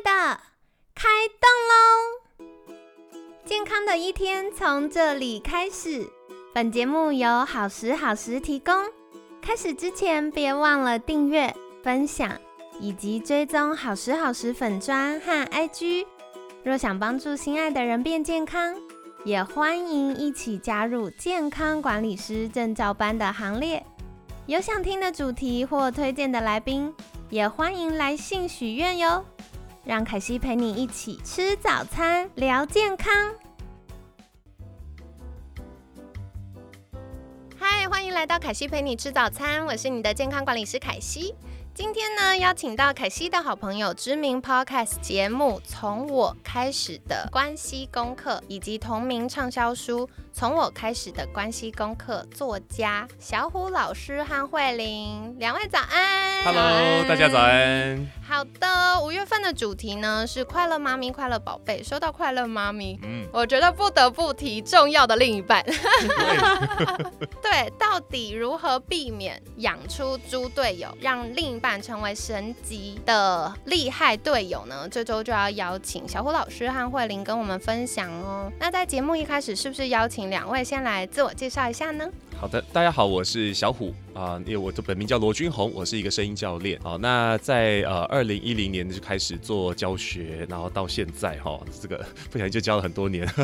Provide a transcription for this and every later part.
的，开动喽！健康的一天从这里开始。本节目由好时好时提供。开始之前，别忘了订阅、分享以及追踪好时好时粉专和 IG。若想帮助心爱的人变健康，也欢迎一起加入健康管理师证照班的行列。有想听的主题或推荐的来宾，也欢迎来信许愿哟。让凯西陪你一起吃早餐，聊健康。嗨，欢迎来到凯西陪你吃早餐，我是你的健康管理师凯西。今天呢，邀请到凯西的好朋友，知名 podcast 节目《从我开始的关系功课》以及同名畅销书《从我开始的关系功课》作家小虎老师和慧玲，两位早安。 Hello， 大家早安。 好的，5月份的主题呢是快乐妈咪、快乐宝贝。说到快乐妈咪，我觉得不得不提重要的另一半。对，到底如何避免养出猪队友，让另一半成为神级的厉害队友呢？这周就要邀请小虎老师和慧玲跟我们分享哦。那在节目一开始，是不是邀请两位先来自我介绍一下呢？ 好的，大家好，我是小虎因为我的本名叫罗君宏，我是一个声音教练。那在2010年就开始做教学，然后到现在这个不小心就教了很多年。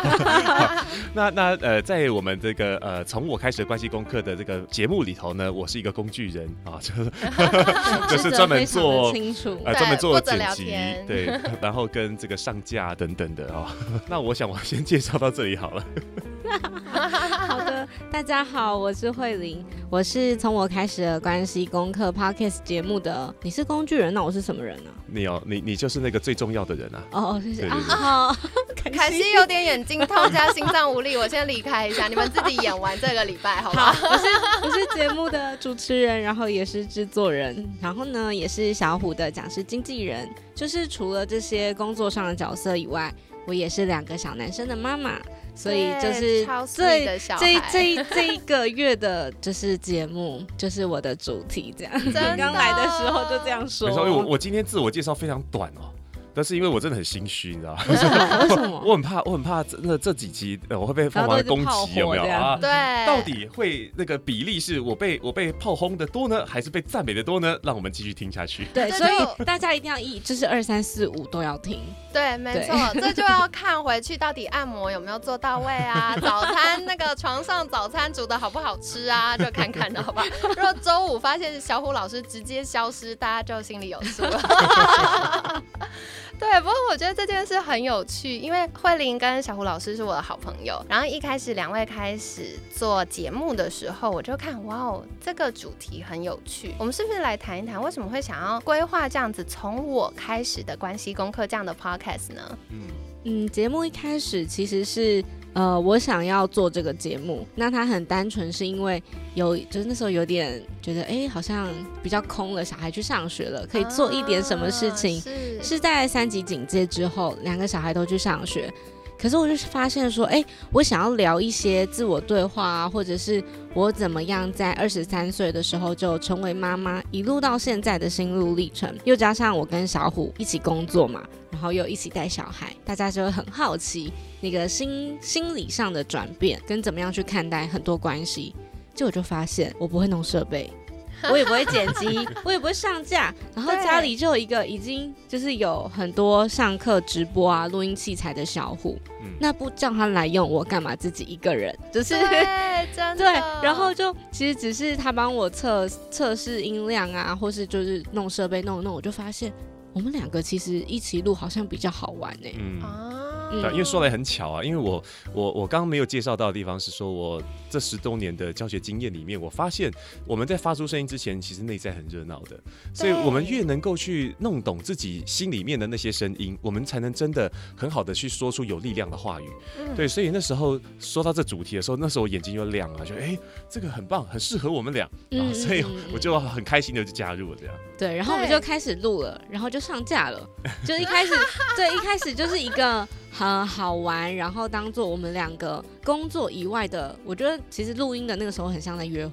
在我们这个从我开始的关系功课的这个节目里头呢，我是一个工具人就是专门做专门做剪辑，对，然后跟这个上架等等的那我想我先介绍到这里好了。 好的，大家好，我是慧玲，我是从我开始的关系功课 Podcast 节目的。你是工具人，那我是什么人呢？ 你就是那个最重要的人啊！ 谢谢凯西有点眼睛痛加心脏无力，我先离开一下，你们自己演完这个礼拜好不好？ 我是节目的主持人，然后也是制作人，然后呢也是小虎的讲师经纪人。就是除了这些工作上的角色以外，我也是2个小男生的妈妈。所以就是这一个月的就是节目就是我的主题，这样。刚来的时候就这样说。 没错，我今天自我介绍非常短但是因为我真的很心虚，你知道吗？ 为什么？ 我很怕真的这几集我会被凤凰攻击，有没有啊？ 对， 到底会那个比例是我被炮轰的多呢，还是被赞美的多呢？让我们继续听下去。 对，所以大家一定要就是2、3、4、5都要听。 对，没错，这就要看回去到底按摩有没有做到位啊，早餐那个床上早餐煮的好不好吃啊，就看看好吧。如果周五发现小虎老师直接消失，大家就心里有数了。对，不过我觉得这件事很有趣，因为慧玲跟小虎老师是我的好朋友，然后一开始两位开始做节目的时候，我就看哇哦，这个主题很有趣，我们是不是来谈一谈为什么会想要规划这样子从我开始的关系功课这样的 podcast 呢？ 节目一开始其实是我想要做这个节目，那它很单纯是因为就是那时候有点觉得好像比较空了，小孩去上学了，可以做一点什么事情，是在3级警戒之后2个小孩都去上学，可是我就发现说我想要聊一些自我对话啊，或者是我怎么样在23岁的时候就成为妈妈，一路到现在的心路历程，又加上我跟小虎一起工作嘛，然后又一起带小孩，大家就会很好奇那个心理上的转变跟怎么样去看待很多关系。结果就发现我不会弄设备，我也不会剪辑，我也不会上架，然后家里就有一个已经就是有很多上课直播啊录音器材的小虎，那不叫他来用，我干嘛自己一个人？就是对，真的对，然后就其实只是他帮我测试音量啊，或是就是弄设备弄，我就发现我们2个其实一起录好像比较好玩对，因为说来很巧啊，因为我刚刚没有介绍到的地方是说，我这10多年的教学经验里面，我发现我们在发出声音之前，其实内在很热闹的，所以我们越能够去弄懂自己心里面的那些声音，我们才能真的很好的去说出有力量的话语。对，所以那时候说到这主题的时候，那时候我眼睛就亮了，就这个很棒，很适合我们俩所以我就很开心的就加入了这样。 对，然后我们就开始录了，然后就上架了，就一开始就是一个很好玩，然后当做我们2个工作以外的，我觉得其实录音的那个时候很像在约会，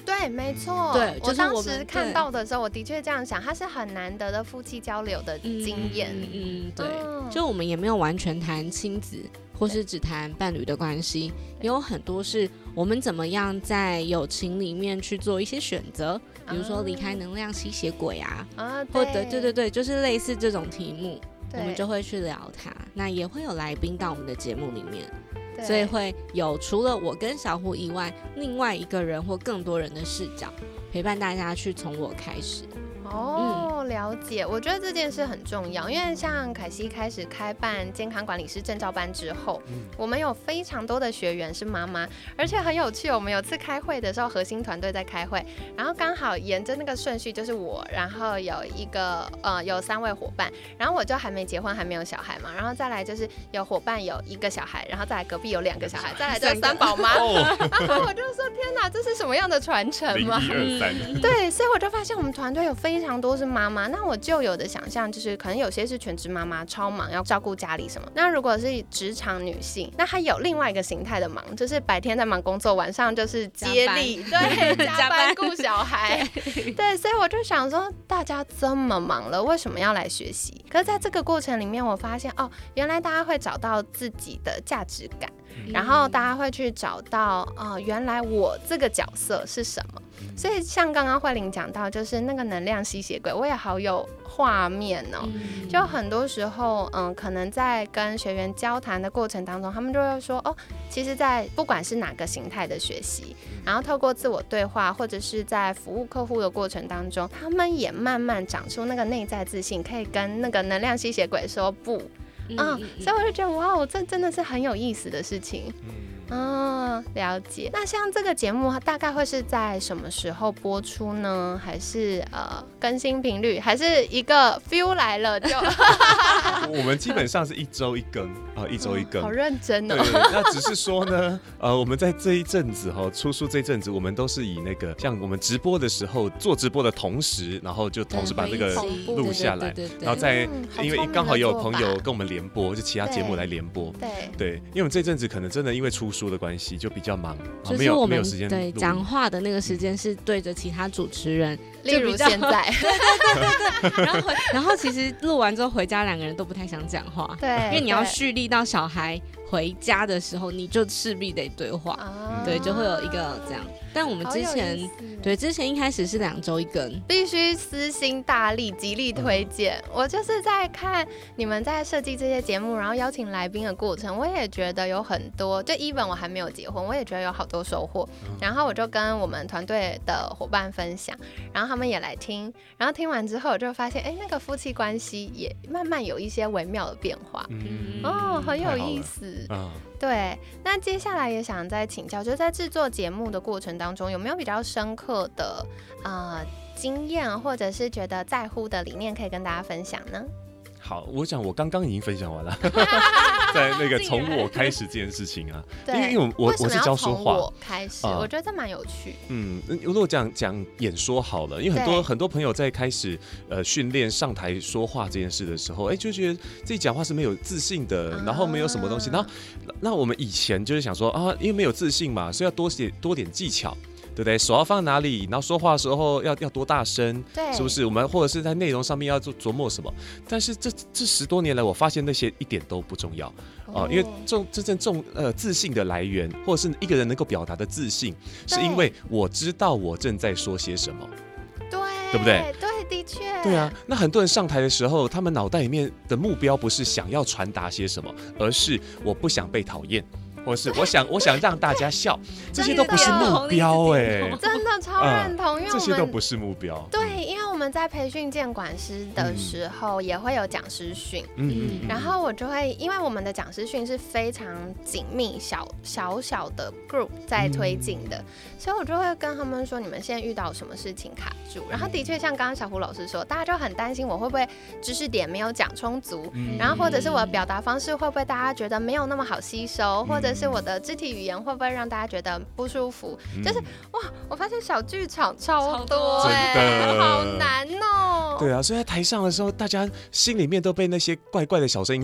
对，没错。 对，就是我当我们时看到的时候，我的确这样想，它是很难得的夫妻交流的经验。 对，就我们也没有完全谈亲子，或是只谈伴侣的关系，也有很多是我们怎么样在友情里面去做一些选择，比如说离开能量吸血鬼啊，或者对，就是类似这种题目，我们就会去聊它。那也会有来宾到我们的节目里面。所以会有除了我跟小虎以外，另外一个人或更多人的视角，陪伴大家去从我开始。 了解。我觉得这件事很重要，因为像凯西开始开办健康管理师证照班之后，我们有非常多的学员是妈妈，而且很有趣。我们有次开会的时候，核心团队在开会，然后刚好沿着那个顺序就是我，然后有有3位伙伴，然后我就还没结婚，还没有小孩嘛，然后再来就是有伙伴有1个小孩，然后再来隔壁有2个小孩，再来就是3宝妈，然后我就说天哪，这是什么样的传承吗 ？1、2、3。 对，所以我就发现我们团队有非常多是妈妈。那我就有的想象就是可能有些是全职妈妈，超忙要照顾家里什么。那如果是职场女性，那她有另外一个形态的忙，就是白天在忙工作，晚上就是接力，对，加班顾小孩。对，所以我就想说，大家这么忙了，为什么要来学习？可是在这个过程里面，我发现原来大家会找到自己的价值感。然后大家会去找到原来我这个角色是什么。所以像刚刚慧玲讲到，就是那个能量吸血鬼，我也好有画面哦。就很多时候可能在跟学员交谈的过程当中，他们就会说其实在不管是哪个形态的学习，然后透过自我对话，或者是在服务客户的过程当中，他们也慢慢长出那个内在自信，可以跟那个能量吸血鬼说不。所以我就觉得哇，这真的是很有意思的事情。了解。那像这个节目大概会是在什么时候播出呢？还是更新频率，还是一个 feel 来了就？ 我们基本上是1周1更，1周1更， 好认真哦。 对，那只是说呢，我们在这一阵子出书这一阵子，我们都是以那个像我们直播的时候做直播的同时，然后就同时把这个录下来，然后再因为刚好有朋友跟我们联播，就其他节目来联播，对，因为我们这阵子可能真的因为出书的关系就比较忙， 就是我们没有时间对讲话的那个时间是对着其他主持人， 例如现在， 对，然后其实录完之后回家2个人都不太想讲话， 对， 因为你要蓄力到小孩回家的时候，你就势必得对话，对，就会有一个这样。但我们之前一开始是2周1更， 必须私心大力极力推荐。我就是在看你们在设计这些节目，然后邀请来宾的过程，我也觉得有很多，就 even 我还没有结婚，我也觉得有好多收获。然后我就跟我们团队的伙伴分享，然后他们也来听，然后听完之后我就发现，那个夫妻关系也慢慢有一些微妙的变化，很有意思。对，那接下来也想再请教，就是在制作节目的过程当中，有没有比较深刻的经验，或者是觉得在乎的理念可以跟大家分享呢？ 好，我想我刚刚已经分享完了，在那个从我开始这件事情啊，因为我是教说话， 我开始，我觉得这蛮有趣。 如果讲演说好了，因为很多朋友在开始训练上台说话这件事的时候，就觉得自己讲话是没有自信的，然后没有什么东西，然后那我们以前就是想说因为没有自信嘛，所以要多点技巧。对不对？手要放哪里？然后说话的时候要多大声，是不是？我们或者是在内容上面要琢磨什么？但是这10多年来，我发现那些一点都不重要因为真正自信的来源，或者是一个人能够表达的自信，是因为我知道我正在说些什么，对不对？ 对，的确。 对啊，那很多人上台的时候，他们脑袋里面的目标不是想要传达些什么，而是我不想被讨厌。或是我想让大家笑，这些都不是目标真的超认同，因为这些都不是目标。 对，因为我们在培训监管师的时候，也会有讲师训，然后我就会，因为我们的讲师训是非常紧密小的 group 在推进的，所以我就会跟他们说，你们现在遇到什么事情卡住，然后的确像刚刚小虎老师说，大家就很担心我会不会知识点没有讲充足，然后或者是我的表达方式会不会大家觉得没有那么好吸收，或者是我的肢体语言会不会让大家觉得不舒服？就是哇，我发现小剧场超多好难哦。 对啊，所以在台上的时候，大家心里面都被那些怪怪的小声音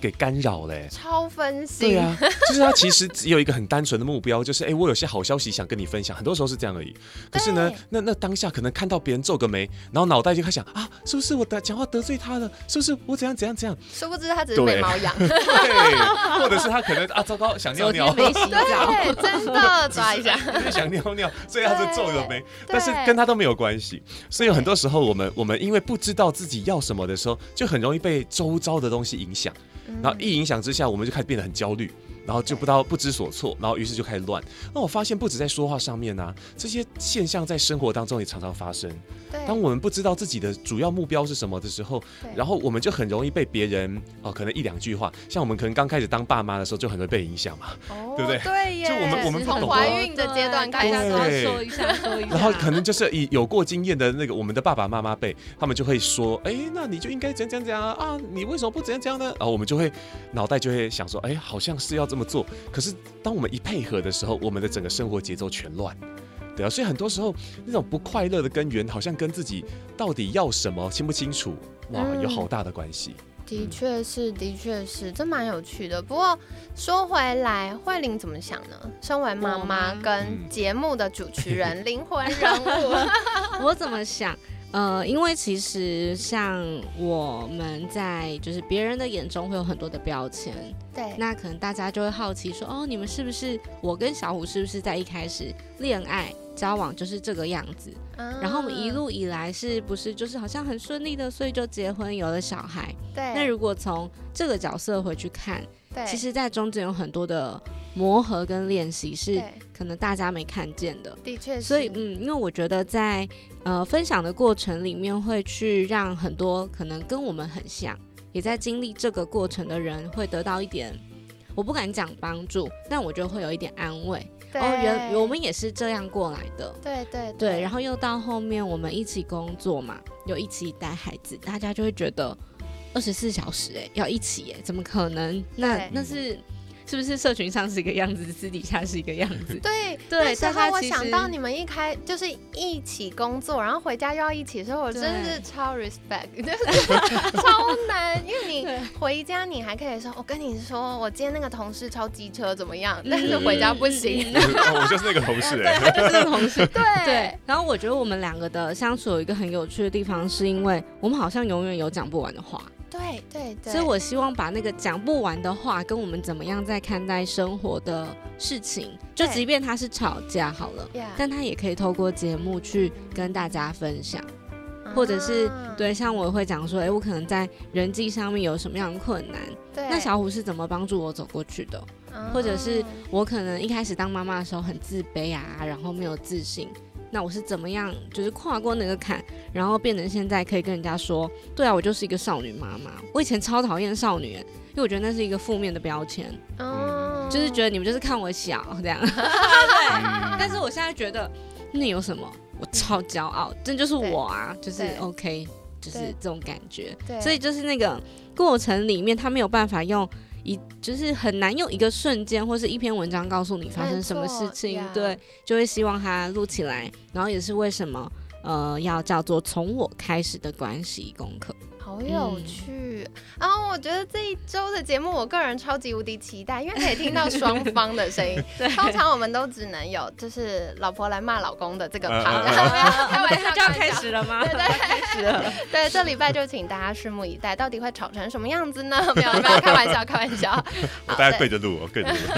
给干扰嘞， 超分心。 对啊，就是他其实只有一个很单纯的目标，就是我有些好消息想跟你分享，很多时候是这样而已。可是呢，那当下可能看到别人皱个眉，然后脑袋就开始想啊，是不是我讲话得罪他了？是不是我怎样？ 殊不知他只是被毛痒， 对，或者是他可能糟糕想尿尿， 没洗澡， 对，真的抓一下， 想尿尿，所以他就皱了眉，但是跟他都没有关系。所以很多时候我们因为不知道自己要什么的时候，就很容易被周遭的东西影响，然后一影响之下，我们就开始变得很焦虑。然后就不知所措，然后于是就开始乱。那我发现不止在说话上面啊，这些现象在生活当中也常常发生。当我们不知道自己的主要目标是什么的时候，然后我们就很容易被别人可能一两句话，像我们可能刚开始当爸妈的时候就很容易被影响嘛，对不对？ 对耶， 就我们从怀孕的阶段开始说一下， 然后可能就是有过经验的那个我们的爸爸妈妈辈，他们就会说，那你就应该怎样啊，你为什么不怎样呢？然后我们就会脑袋就会想说，好像是要这么做。可是当我们一配合的时候，我们的整个生活节奏全乱。对啊，所以很多时候那种不快乐的根源，好像跟自己到底要什么清不清楚，有好大的关系。 的确是，这蛮有趣的。不过说回来，慧玲怎么想呢？身为妈妈跟节目的主持人、灵魂人物， 我怎么想？因为其实像我们在就是别人的眼中会有很多的标签， 对， 那可能大家就会好奇说，你们是不是我跟小虎是不是在一开始恋爱交往就是这个样子，然后我们一路以来是不是就是好像很顺利的，所以就结婚有了小孩。 对， 那如果从这个角色回去看， 对， 其实在中间有很多的磨合跟练习是可能大家没看见的。 的确是。 所以因为我觉得在分享的过程里面会去让很多可能跟我们很像也在经历这个过程的人会得到一点，我不敢讲帮助，但我觉得会有一点安慰。我们也是这样过来的。对，然后又到后面我们一起工作嘛，又一起带孩子，大家就会觉得24小时要一起怎么可能？那是不是社群上是一个样子，私底下是一一个样子？ 对，那时候我想到你们就是一起工作，然后回家又要一起的时候，我真的是超 respect， 就是超难，因为你回家你还可以说，我跟你说，我今天那个同事超机车怎么样，但是回家不行。 我就是那个同事对，就是那个同事。 对。 然后我觉得我们两个的相处有一个很有趣的地方，是因为我们好像永远有讲不完的话。 对， 所以我希望把那个讲不完的话跟我们怎么样在看待生活的事情，就即便他是吵架好了，但他也可以透过节目去跟大家分享，或者是对，像我会讲说，我可能在人际上面有什么样的困难，那小虎是怎么帮助我走过去的，或者是我可能一开始当妈妈的时候很自卑啊，然后没有自信。那我是怎么样就是跨过那个坎，然后变成现在可以跟人家说，对啊，我就是一个少女妈妈。我以前超讨厌少女，因为我觉得那是一个负面的标签，就是觉得你们就是看我小这样。对，但是我现在觉得那有什么，我超骄傲，这就是我啊，就是 OK， 就是这种感觉。所以就是那个过程里面，他没有办法用就是很难用一个瞬间或是一篇文章告诉你发生什么事情，对，就会希望它录起来，然后也是为什么要叫做从我开始的关系功课。 好有趣然后我觉得这一周的节目我个人超级无敌期待，因为可以听到双方的声音通常我们都只能有就是老婆来骂老公的这个趴开玩笑， 就要开始了吗？ 对，开始了。对，这礼拜就请大家拭目以待，到底会吵成什么样子呢？没有开玩笑大家跪着录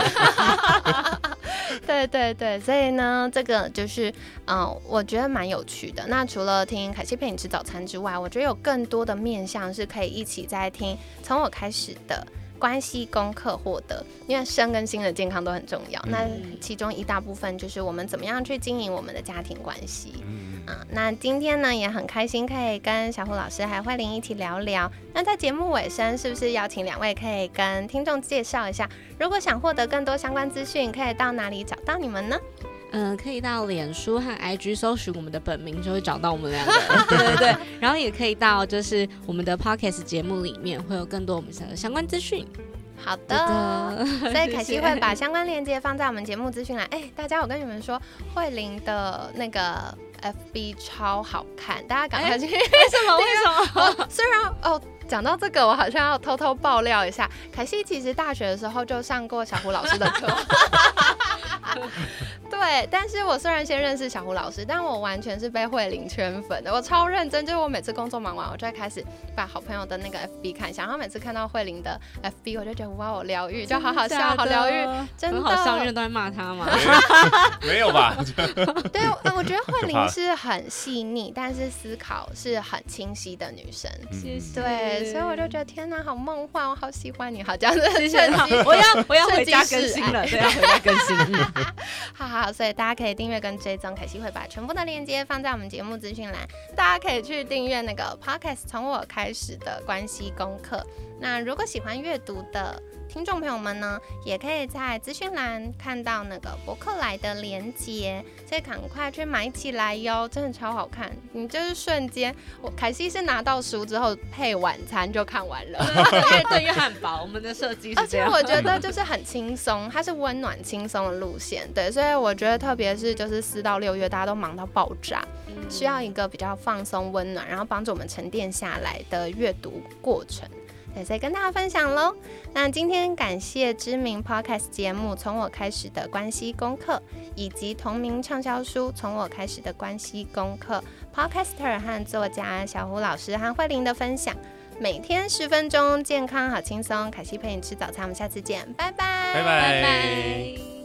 对，所以呢这个就是我觉得蛮有趣的。那除了听凯西陪你吃早餐之外，我觉得有更多的面向是可以一起在听从我开始的关系功课获得，因为身跟心的健康都很重要，那其中一大部分就是我们怎么样去经营我们的家庭关系那今天呢也很开心可以跟小虎老师还有慧玲一起聊聊。那在节目尾声是不是邀请两位可以跟听众介绍一下，如果想获得更多相关资讯可以到哪里找到你们呢？ 可以到脸书和 IG 搜寻我们的本名就会找到我们两个对，然后也可以到就是我们的 Podcast 节目里面会有更多我们的相关资讯。 好的，所以凯西会把相关链接放在我们节目资讯栏。大家我跟你们说，慧玲的那个 FB 超好看，大家赶快去。 为什么？ 虽然讲到这个，我好像要偷偷爆料一下，凯西其实大学的时候就上过小胡老师的课。对，但是我虽然先认识小胡老师，但我完全是被慧玲圈粉的。我超认真，就是我每次工作忙完，我就会开始把好朋友的那个 FB 看一下，然后每次看到慧玲的 FB， 我就觉得哇，我疗愈，就好好笑，好疗愈，真的。 很好笑，因为都在骂他嘛。 没有吧？ 对，我觉得慧玲是很细腻，但是思考是很清晰的女生。 谢谢。 对，所以我就觉得天哪，好梦幻，我好喜欢你，好这样子。 谢谢。我要回家更新了，对，要回家更新。 好，所以大家可以订阅跟追踪，凯西会把全部的链接放在我们节目资讯栏，大家可以去订阅那个 Podcast 从我开始的关系功课。那如果喜欢阅读的听众朋友们呢，也可以在资讯栏看到那个博客来的连结，所以赶快去买起来哟，真的超好看。你就是瞬间，凯西是拿到书之后配晚餐就看完了， 越炖越汉堡。我们的设计是这样， 而且我觉得就是很轻松，它是温暖轻松的路线，对，所以我觉得特别是就是4到6月大家都忙到爆炸，需要一个比较放松、温暖，然后帮助我们沉淀下来的阅读过程。对，所以跟大家分享咯。那今天感谢知名 Podcast 节目《从我开始的关系功课》，以及同名畅销书《从我开始的关系功课》Podcaster 和作家小胡老师和慧玲的分享。每天10分钟，健康好轻松。凯西陪你吃早餐，我们下次见，拜拜， 拜拜。